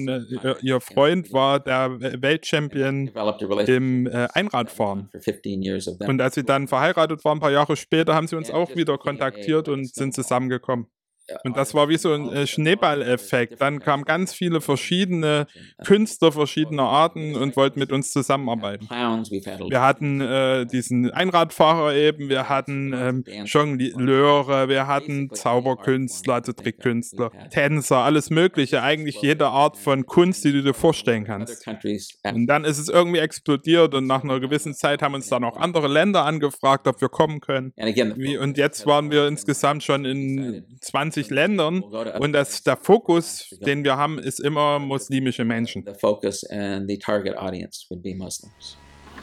ihr Freund war der Weltchampion developed a relationship im Einradfahren. for 15 years of them. Und als sie dann verheiratet waren, ein paar Jahre später, haben sie uns auch wieder kontaktiert und sind zusammengekommen. Und das war wie so ein Schneeballeffekt. Dann kamen ganz viele verschiedene Künstler verschiedener Arten und wollten mit uns zusammenarbeiten. Clowns we've had. Wir hatten diesen Einradfahrer eben, wir hatten Jongleure, wir hatten Zauberkünstler, also Trickkünstler, Tänzer, alles Mögliche. Eigentlich jede Art von Kunst, die du dir vorstellen Other kannst. countries. Und dann ist es irgendwie explodiert und nach einer gewissen Zeit haben uns dann auch andere Länder angefragt, ob wir kommen können. And again, Und jetzt waren wir insgesamt schon in 20 Ländern und der Fokus, den wir haben, ist immer muslimische Menschen. the focus and the target audience would be Muslims.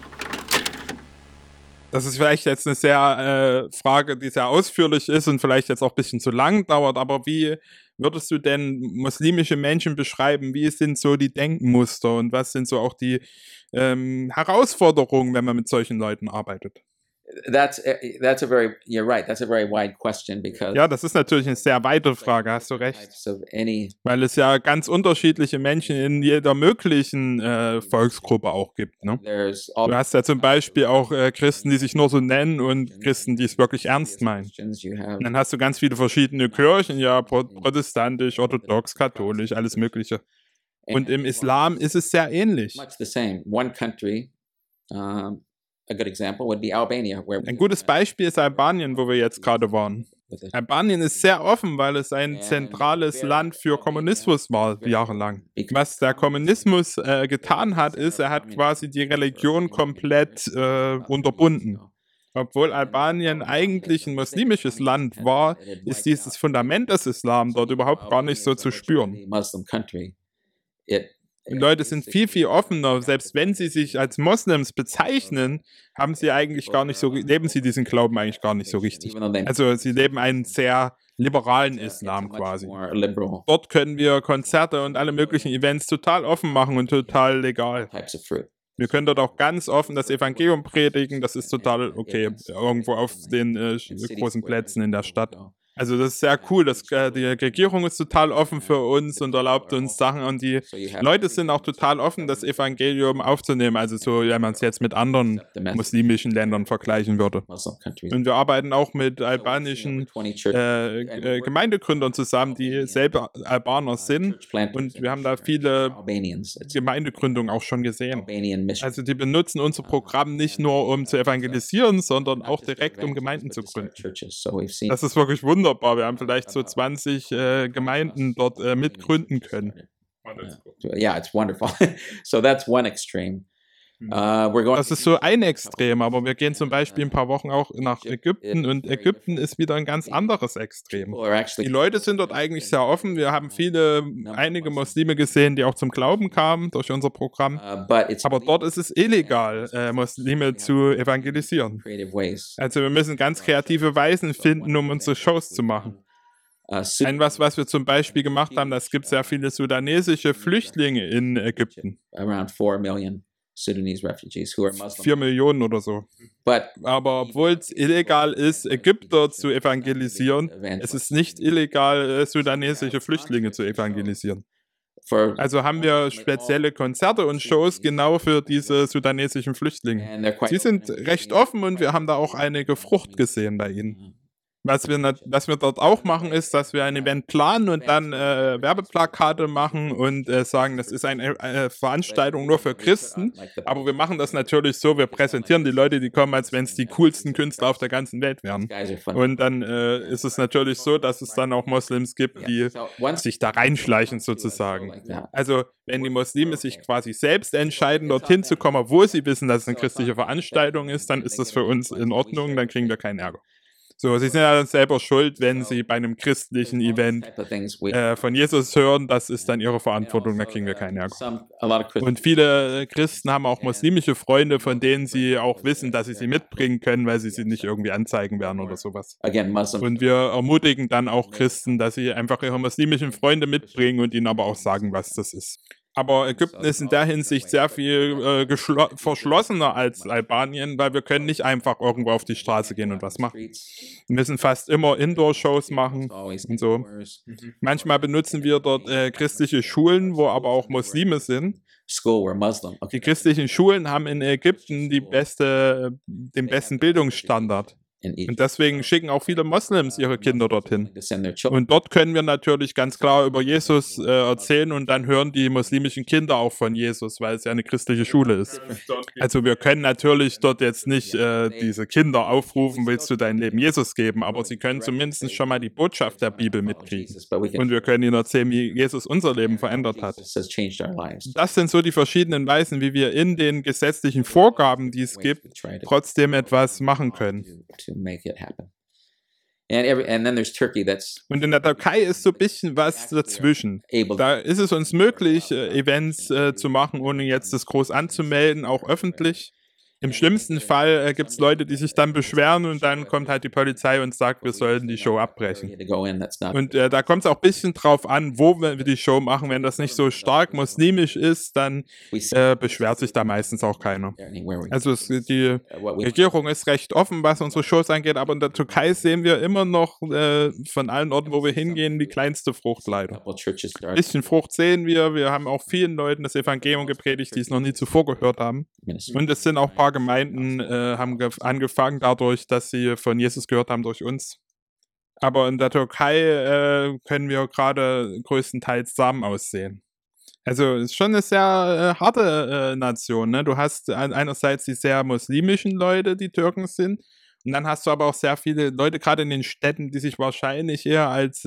Das ist vielleicht jetzt eine sehr Frage, die sehr ausführlich ist und vielleicht jetzt auch ein bisschen zu lang dauert, aber wie würdest du denn muslimische Menschen beschreiben? Wie sind so die Denkmuster und was sind so auch die Herausforderungen, wenn man mit solchen Leuten arbeitet? You're right. That's a very wide question because Ja, das ist natürlich eine sehr weite Frage, hast du recht. types of any Weil es ja ganz unterschiedliche Menschen in jeder möglichen Volksgruppe auch gibt. Ne? there's Du all hast ja zum Beispiel auch Christen, die sich nur so nennen, und Christen, die es wirklich ernst meinen. Christians, you have Und dann hast du ganz viele verschiedene Kirchen, ja, protestantisch, orthodox, katholisch, alles Mögliche. Und im Islam ist es sehr ähnlich. much the same. One country, a good example would be Albania, where Ein gutes Beispiel ist Albanien, wo wir jetzt gerade waren. Albanien ist sehr offen, weil es ein zentrales Land für Kommunismus war, jahrelang. Was der Kommunismus getan hat, ist, er hat quasi die Religion komplett unterbunden. Obwohl Albanien eigentlich ein muslimisches Land war, ist dieses Fundament des Islam dort überhaupt gar nicht so zu spüren. Muslim country. Die Leute sind viel, viel offener. Selbst wenn sie sich als Moslems bezeichnen, haben sie eigentlich gar nicht so, leben sie diesen Glauben eigentlich gar nicht so richtig. Also sie leben einen sehr liberalen Islam quasi. More liberal Dort können wir Konzerte und alle möglichen Events total offen machen und total legal. types of fruit. Wir können dort auch ganz offen das Evangelium predigen. Das ist total okay, irgendwo auf den großen Plätzen in der Stadt. Also das ist sehr cool. Die Regierung ist total offen für uns und erlaubt uns Sachen, und die Leute sind auch total offen, das Evangelium aufzunehmen. Also so, wenn man es jetzt mit anderen muslimischen Ländern vergleichen würde. Muslim countries. Und wir arbeiten auch mit albanischen 20 church Gemeindegründern zusammen, die selber Albaner sind. Und wir haben da viele Albanians. It's Gemeindegründungen auch schon gesehen. Albanian mission. Also die benutzen unser Programm nicht nur, um zu evangelisieren, sondern auch direkt, um Gemeinden zu gründen. Churches. So we've seen Das ist wirklich wunderbar. Wir haben vielleicht so 20 Gemeinden dort mitgründen können. yeah, it's wonderful. So that's one extreme. We're going Das ist so ein Extrem, aber wir gehen zum Beispiel ein paar Wochen auch nach Ägypten, und Ägypten ist wieder ein ganz anderes Extrem. people are Die actually Leute sind dort eigentlich sehr offen. Wir haben einige Muslime gesehen, die auch zum Glauben kamen durch unser Programm. but it's Aber dort ist es illegal, Muslime zu evangelisieren. creative ways. Also wir müssen ganz kreative Weisen finden, um unsere Shows zu machen. Was wir zum Beispiel gemacht haben, es gibt sehr viele sudanesische Flüchtlinge in Ägypten. Around 4 million Sudanese refugees who are Muslim. 4 Millionen oder so. But Aber obwohl es illegal ist, Ägypter zu evangelisieren, es ist nicht illegal, sudanesische Flüchtlinge zu evangelisieren. for Also haben wir spezielle Konzerte und Shows genau für diese sudanesischen Flüchtlinge. and they're quite Sie sind recht offen und wir haben da auch einige Frucht gesehen bei ihnen. Was wir dort auch machen, ist, dass wir ein Event planen und dann Werbeplakate machen und sagen, das ist eine Veranstaltung nur für Christen. Aber wir machen das natürlich so, wir präsentieren die Leute, die kommen, als wenn es die coolsten Künstler auf der ganzen Welt wären. guys are fun. Und dann ist es natürlich so, dass es dann auch Moslems gibt, die So once sich da reinschleichen sozusagen. like that, Also wenn die Muslime sich quasi selbst entscheiden, dorthin zu kommen, obwohl sie wissen, dass es eine christliche Veranstaltung ist, dann ist das für uns in Ordnung, dann kriegen wir keinen Ärger. So, sie sind ja dann selber schuld, wenn sie bei einem christlichen Event type of things we von Jesus hören, das ist dann ihre Verantwortung, da kriegen wir keinen Ärger. a lot of Christians Und viele Christen haben auch muslimische Freunde, von denen sie auch wissen, dass sie mitbringen können, weil sie nicht irgendwie anzeigen werden oder sowas. again Muslims Und wir ermutigen dann auch Christen, dass sie einfach ihre muslimischen Freunde mitbringen und ihnen aber auch sagen, was das ist. Aber Ägypten ist in der Hinsicht sehr viel verschlossener als Albanien, weil wir können nicht einfach irgendwo auf die Straße gehen und was machen. Wir müssen fast immer Indoor-Shows machen und so. Manchmal benutzen wir dort christliche Schulen, wo aber auch Muslime sind. school were Muslim. Okay. Die christlichen Schulen haben in Ägypten den besten Bildungsstandard. In Egypt. Und deswegen schicken auch viele Moslems ihre Kinder dorhin. To send their children. Und dort können wir natürlich ganz klar über Jesus erzählen und dann hören die muslimischen Kinder auch von Jesus, weil es ja eine christliche Schule ist. Also wir können natürlich dort jetzt nicht diese Kinder aufrufen, willst du dein Leben Jesus geben, aber sie können zumindest schon mal die Botschaft der Bibel mitkriegen. Jesus, but we can Und wir können ihnen erzählen, wie Jesus unser Leben verändert hat. Jesus has changed our lives. Das sind so die verschiedenen Weisen, wie wir in den gesetzlichen Vorgaben, die es gibt, trotzdem etwas machen können. To make it happen. And then there's Turkey that's Und in der Türkei ist so ein bisschen was dazwischen. able Da ist es uns möglich, Events zu machen, ohne jetzt das groß anzumelden, auch öffentlich. Im schlimmsten Fall gibt es Leute, die sich dann beschweren und dann kommt halt die Polizei und sagt, wir sollten die Show abbrechen. to go in. That's not Und da kommt es auch ein bisschen drauf an, wo wir die Show machen. Wenn das nicht so stark muslimisch ist, dann we see beschwert sich da meistens auch keiner. anywhere we Also die what we Regierung ist recht offen, was unsere Shows angeht, aber in der Türkei sehen wir immer noch von allen Orten, wo wir hingehen, die kleinste Frucht leider. couple churches Ein start bisschen Frucht sehen wir. Wir haben auch vielen Leuten das Evangelium gepredigt, die es noch nie zuvor gehört haben. ministry. Und es sind auch ein paar Gemeinden, haben angefangen dadurch, dass sie von Jesus gehört haben durch uns. Aber in der Türkei können wir gerade größtenteils Samen aussehen. Also es ist schon eine sehr harte Nation. Ne? Du hast einerseits die sehr muslimischen Leute, die Türken sind. Und dann hast du aber auch sehr viele Leute, gerade in den Städten, die sich wahrscheinlich eher als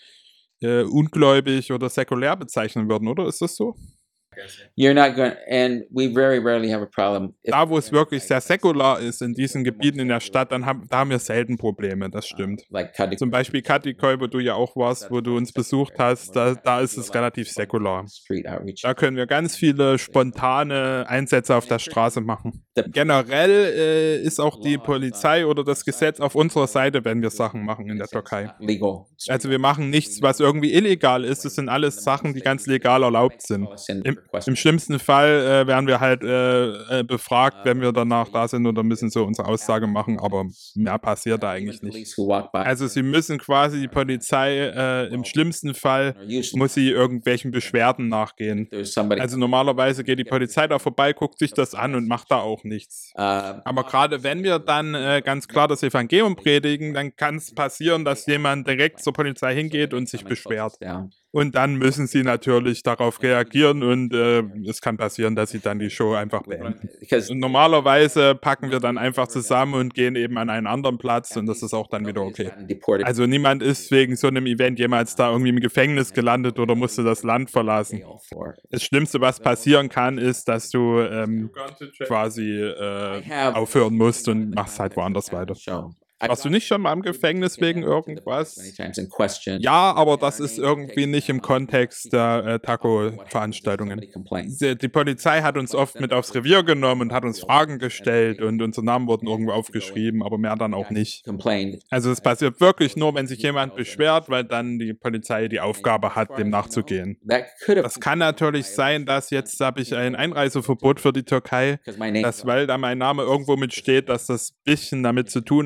ungläubig oder säkulär bezeichnen würden, oder? Ist das so? You're not going, and we very rarely have a problem. If, Da, wo es wirklich sehr säkular ist, in diesen Gebieten in der Stadt, da haben wir selten Probleme, das stimmt. like Kadik, Zum Beispiel Katikoi, wo du ja auch warst, wo du uns besucht hast, da ist es relativ säkular. street outreach. Da können wir ganz viele spontane Einsätze auf der Straße machen. Generell ist auch die Polizei oder das Gesetz auf unserer Seite, wenn wir Sachen machen in der Türkei. Legal. Also wir machen nichts, was irgendwie illegal ist. Das sind alles Sachen, die ganz legal erlaubt sind. Im schlimmsten Fall werden wir halt befragt, wenn wir danach da sind oder müssen so unsere Aussage machen, aber mehr passiert da eigentlich nicht. Police who walk by Also sie müssen quasi, die Polizei im schlimmsten Fall are usually muss sie irgendwelchen Beschwerden nachgehen. there's somebody. Also normalerweise geht die Polizei da vorbei, guckt sich das an und macht da auch nichts. Uh, Aber gerade wenn wir dann ganz klar das Evangelium predigen, dann kann es passieren, dass jemand direkt zur Polizei hingeht und sich beschwert. down. Und dann müssen sie natürlich darauf reagieren und es kann passieren, dass sie dann die Show einfach beenden. Because Und normalerweise packen wir dann einfach zusammen und gehen eben an einen anderen Platz und das ist auch dann wieder okay. deported. Also niemand ist wegen so einem Event jemals da irgendwie im Gefängnis gelandet oder musste das Land verlassen. For Das Schlimmste, was passieren kann, ist, dass du quasi aufhören musst und machst halt woanders weiter. show. Warst du nicht schon mal im Gefängnis wegen Many irgendwas? times in question. Ja, aber das ist irgendwie nicht im Kontext der Taco-Veranstaltungen. Somebody complains. Die Polizei hat uns oft mit aufs Revier genommen und hat uns Fragen gestellt und unsere Namen wurden irgendwo aufgeschrieben, aber mehr dann auch nicht. Complained. Also es passiert wirklich nur, wenn sich jemand beschwert, weil dann die Polizei die Aufgabe hat, dem nachzugehen. That could have Das kann natürlich sein, dass jetzt habe ich ein Einreiseverbot für die Türkei, because my name. dass weil da mein Name irgendwo mitsteht, dass das ein bisschen damit zu tun hat,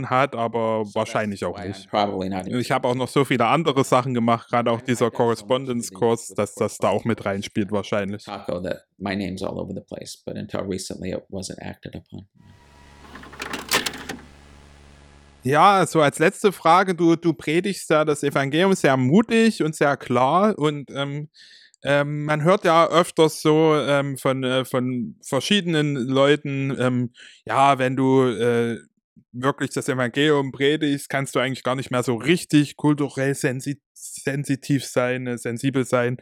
aber wahrscheinlich auch Why I'm nicht. probably not Ich habe auch noch so viele andere Sachen gemacht, gerade auch dieser Correspondence-Kurs, dass das da auch mit reinspielt wahrscheinlich. Taco that my name's all over the place, but until recently it wasn't acted upon. Ja, so als letzte Frage, du predigst ja das Evangelium sehr mutig und sehr klar und man hört ja öfters so von verschiedenen Leuten, ja, wenn du wirklich das Evangelium predigst, kannst du eigentlich gar nicht mehr so richtig kulturell sensitiv sein, sensibel sein.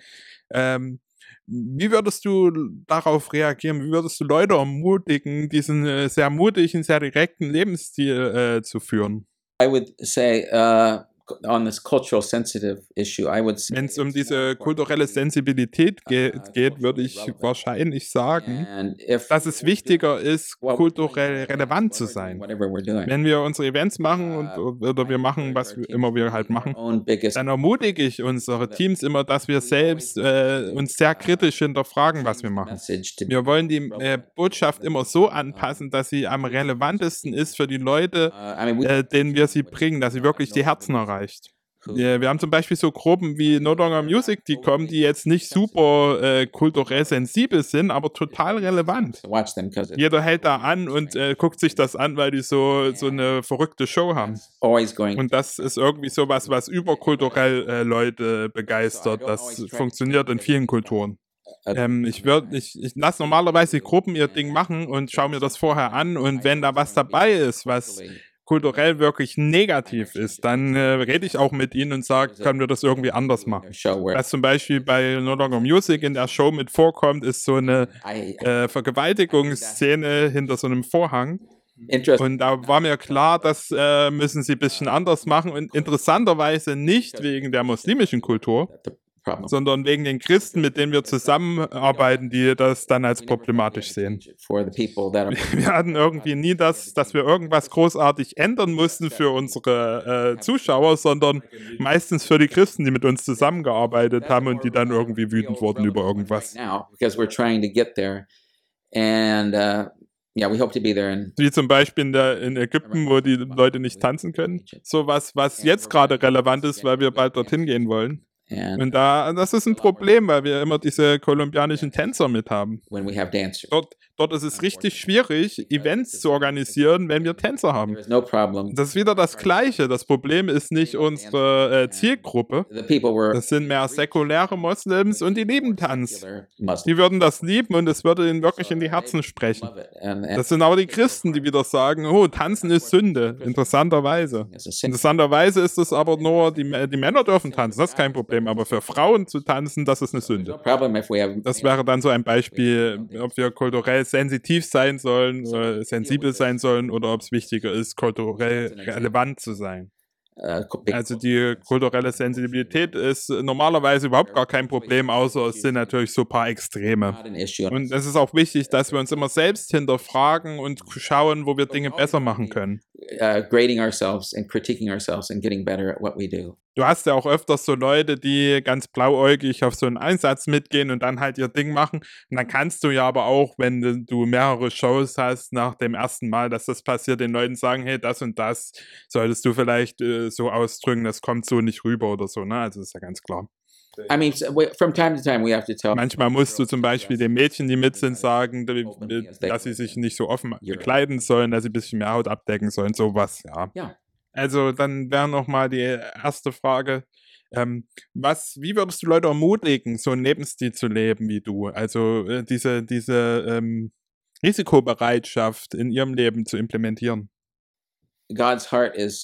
Wie würdest du darauf reagieren? Wie würdest du Leute ermutigen, diesen sehr mutigen, sehr direkten Lebensstil zu führen? I would say on this cultural sensitive issue, I would say Wenn es um diese kulturelle Sensibilität geht, würde ich wahrscheinlich sagen, dass es wichtiger ist, kulturell relevant zu sein. whatever we're doing. Wenn wir unsere Events machen oder wir machen, was immer wir halt machen, dann ermutige ich unsere Teams immer, dass wir selbst uns sehr kritisch hinterfragen, was wir machen. Wir wollen die Botschaft immer so anpassen, dass sie am relevantesten ist für die Leute, denen wir sie bringen, dass sie wirklich die Herzen erreicht. Wir haben zum Beispiel so Gruppen wie No Longer Music, die kommen, die jetzt nicht super kulturell sensibel sind, aber total relevant. Jeder hält da an und guckt sich das an, weil die so eine verrückte Show haben. Und das ist irgendwie sowas, was überkulturell Leute begeistert. Das funktioniert in vielen Kulturen. Ich lasse normalerweise die Gruppen ihr Ding machen und schaue mir das vorher an, und wenn da was dabei ist, was kulturell wirklich negativ ist, dann rede ich auch mit ihnen und sage, können wir das irgendwie anders machen. Was zum Beispiel bei No Longer Music in der Show mit vorkommt, ist so eine Vergewaltigungsszene hinter so einem Vorhang. Und da war mir klar, das müssen sie ein bisschen anders machen, und interessanterweise nicht wegen der muslimischen Kultur, sondern wegen den Christen, mit denen wir zusammenarbeiten, die das dann als problematisch sehen. Wir hatten irgendwie nie dass wir irgendwas großartig ändern mussten für unsere Zuschauer, sondern meistens für die Christen, die mit uns zusammengearbeitet haben und die dann irgendwie wütend wurden über irgendwas. Wie zum Beispiel in Ägypten, wo die Leute nicht tanzen können. So was jetzt gerade relevant ist, weil wir bald dorthin gehen wollen. Und das ist ein Problem, weil wir immer diese kolumbianischen Tänzer mit haben. Dort ist es richtig schwierig, Events zu organisieren, wenn wir Tänzer haben. Das ist wieder das Gleiche. Das Problem ist nicht unsere Zielgruppe. Das sind mehr säkuläre Moslems und die lieben Tanz. Die würden das lieben und es würde ihnen wirklich in die Herzen sprechen. Das sind aber die Christen, die wieder sagen, oh, Tanzen ist Sünde. Interessanterweise. Interessanterweise ist es aber nur, die Männer dürfen tanzen, das ist kein Problem. Aber für Frauen zu tanzen, das ist eine Sünde. Das wäre dann so ein Beispiel, ob wir kulturell sensitiv sein sollen, sensibel sein sollen, oder ob es wichtiger ist, kulturell relevant zu sein. Also die kulturelle Sensibilität ist normalerweise überhaupt gar kein Problem, außer es sind natürlich so ein paar Extreme. Und es ist auch wichtig, dass wir uns immer selbst hinterfragen und schauen, wo wir Dinge besser machen können. Grading ourselves and critiquing ourselves and getting better at what we do. Du hast ja auch öfters so Leute, die ganz blauäugig auf so einen Einsatz mitgehen und dann halt ihr Ding machen. Und dann kannst du ja aber auch, wenn du mehrere Shows hast, nach dem ersten Mal, dass das passiert, den Leuten sagen, hey, das und das solltest du vielleicht so ausdrücken, das kommt so nicht rüber oder so, ne? Also das ist ja ganz klar. I mean, from time to time we have to tell. Manchmal musst du zum Beispiel den Mädchen, die mit sind, sagen, dass sie sich nicht so offen bekleiden sollen, dass sie ein bisschen mehr Haut abdecken sollen, sowas, ja. Also dann wäre nochmal die erste Frage, wie würdest du Leute ermutigen, so einen Lebensstil zu leben wie du? Also diese Risikobereitschaft in ihrem Leben zu implementieren. Gottes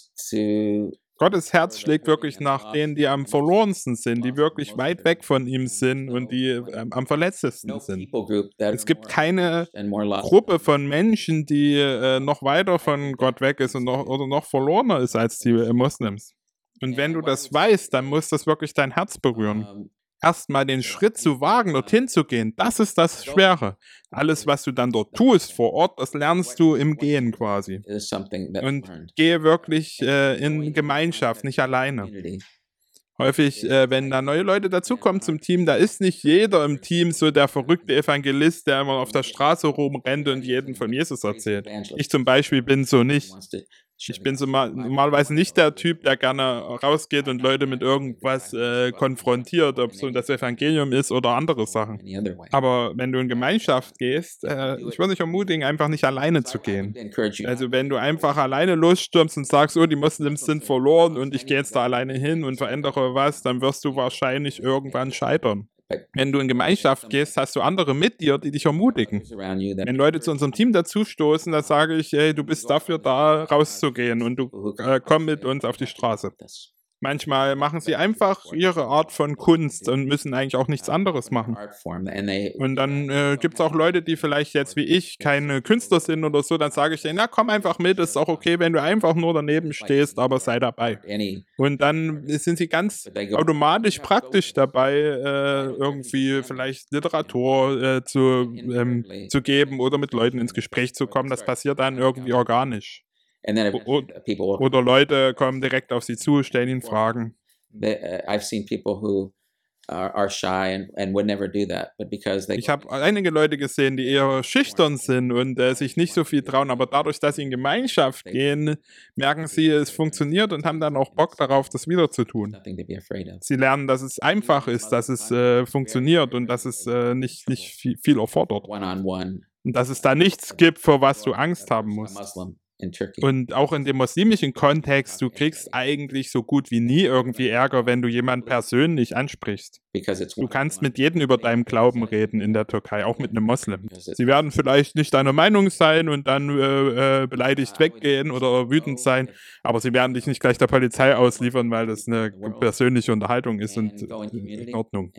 Herz schlägt wirklich nach denen, die am verlorensten sind, die wirklich weit weg von ihm sind und die am verletztesten sind. Es gibt keine Gruppe von Menschen, die noch weiter von Gott weg ist und oder noch verlorener ist als die Moslems. Und wenn du das weißt, dann muss das wirklich dein Herz berühren. Erstmal den Schritt zu wagen, dorthin zu gehen, das ist das Schwere. Alles, was du dann dort tust vor Ort, das lernst du im Gehen quasi. Und gehe wirklich in Gemeinschaft, nicht alleine. Häufig, wenn da neue Leute dazukommen zum Team, da ist nicht jeder im Team so der verrückte Evangelist, der immer auf der Straße rumrennt und jedem von Jesus erzählt. Ich zum Beispiel bin so nicht. Ich bin so normalerweise nicht der Typ, der gerne rausgeht und Leute mit irgendwas konfrontiert, ob es so das Evangelium ist oder andere Sachen. Aber wenn du in Gemeinschaft gehst, ich würde dich ermutigen, einfach nicht alleine zu gehen. Also wenn du einfach alleine losstürmst und sagst, oh, die Moslems sind verloren und ich gehe jetzt da alleine hin und verändere was, dann wirst du wahrscheinlich irgendwann scheitern. Wenn du in Gemeinschaft gehst, hast du andere mit dir, die dich ermutigen. Wenn Leute zu unserem Team dazustoßen, dann sage ich, ey, du bist dafür da, rauszugehen und du komm mit uns auf die Straße. Manchmal machen sie einfach ihre Art von Kunst und müssen eigentlich auch nichts anderes machen. Und dann gibt es auch Leute, die vielleicht jetzt wie ich keine Künstler sind oder so, dann sage ich denen, na komm einfach mit, ist auch okay, wenn du einfach nur daneben stehst, aber sei dabei. Und dann sind sie ganz automatisch praktisch dabei, irgendwie vielleicht Literatur zu geben oder mit Leuten ins Gespräch zu kommen. Das passiert dann irgendwie organisch. Oder Leute kommen direkt auf sie zu, stellen ihnen Fragen. I've seen people who are shy and would never do that, but because they. Ich habe einige Leute gesehen, die eher schüchtern sind und sich nicht so viel trauen, aber dadurch, dass sie in Gemeinschaft gehen, merken sie, es funktioniert und haben dann auch Bock darauf, das wieder zu tun. Nothing to be afraid of. Sie lernen, dass es einfach ist, dass es funktioniert und dass es nicht viel erfordert. One-on-one. Und dass es da nichts gibt, vor was du Angst haben musst. Muslim in Turkey. Und auch in dem muslimischen Kontext, du kriegst eigentlich so gut wie nie irgendwie Ärger, wenn du jemanden persönlich ansprichst. Du kannst mit jedem über deinen Glauben reden in der Türkei, auch mit einem Moslem. Sie werden vielleicht nicht deiner Meinung sein und dann beleidigt weggehen oder wütend sein, aber sie werden dich nicht gleich der Polizei ausliefern, weil das eine persönliche Unterhaltung ist und in Ordnung.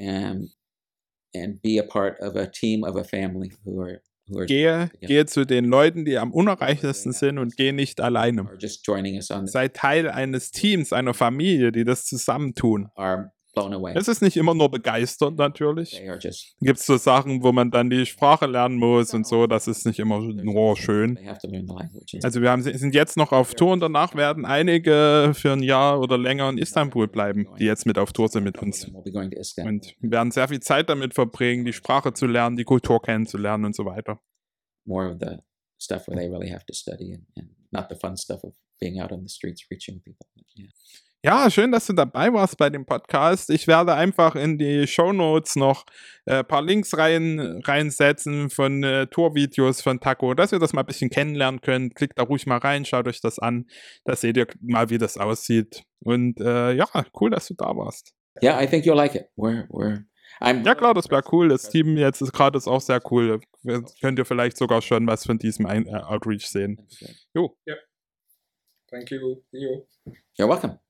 And be a part of a team of a family who are Gehe zu den Leuten, die am unerreichtesten sind und geh nicht alleine. Sei Teil eines Teams, einer Familie, die das zusammentun. Es ist nicht immer nur begeistert, natürlich. Gibt es so Sachen, wo man dann die Sprache lernen muss und so, das ist nicht immer nur schön. Also wir sind jetzt noch auf Tour und danach werden einige für ein Jahr oder länger in Istanbul bleiben, die jetzt mit auf Tour sind mit uns. Und wir werden sehr viel Zeit damit verbringen, die Sprache zu lernen, die Kultur kennenzulernen und so weiter. More of the stuff where they really have to study and not the fun stuff of being out on the streets reaching people. Yeah. Ja, schön, dass du dabei warst bei dem Podcast. Ich werde einfach in die Shownotes noch ein paar Links reinsetzen von Tourvideos von Taco, dass ihr das mal ein bisschen kennenlernen könnt. Klickt da ruhig mal rein, schaut euch das an. Da seht ihr mal, wie das aussieht. Und ja, cool, dass du da warst. Yeah, I think you'll like it. Ja klar, das wäre cool. Das Team jetzt ist gerade auch sehr cool. Könnt ihr vielleicht sogar schon was von diesem Outreach sehen. Jo. Yeah. Thank you. See you. You're welcome.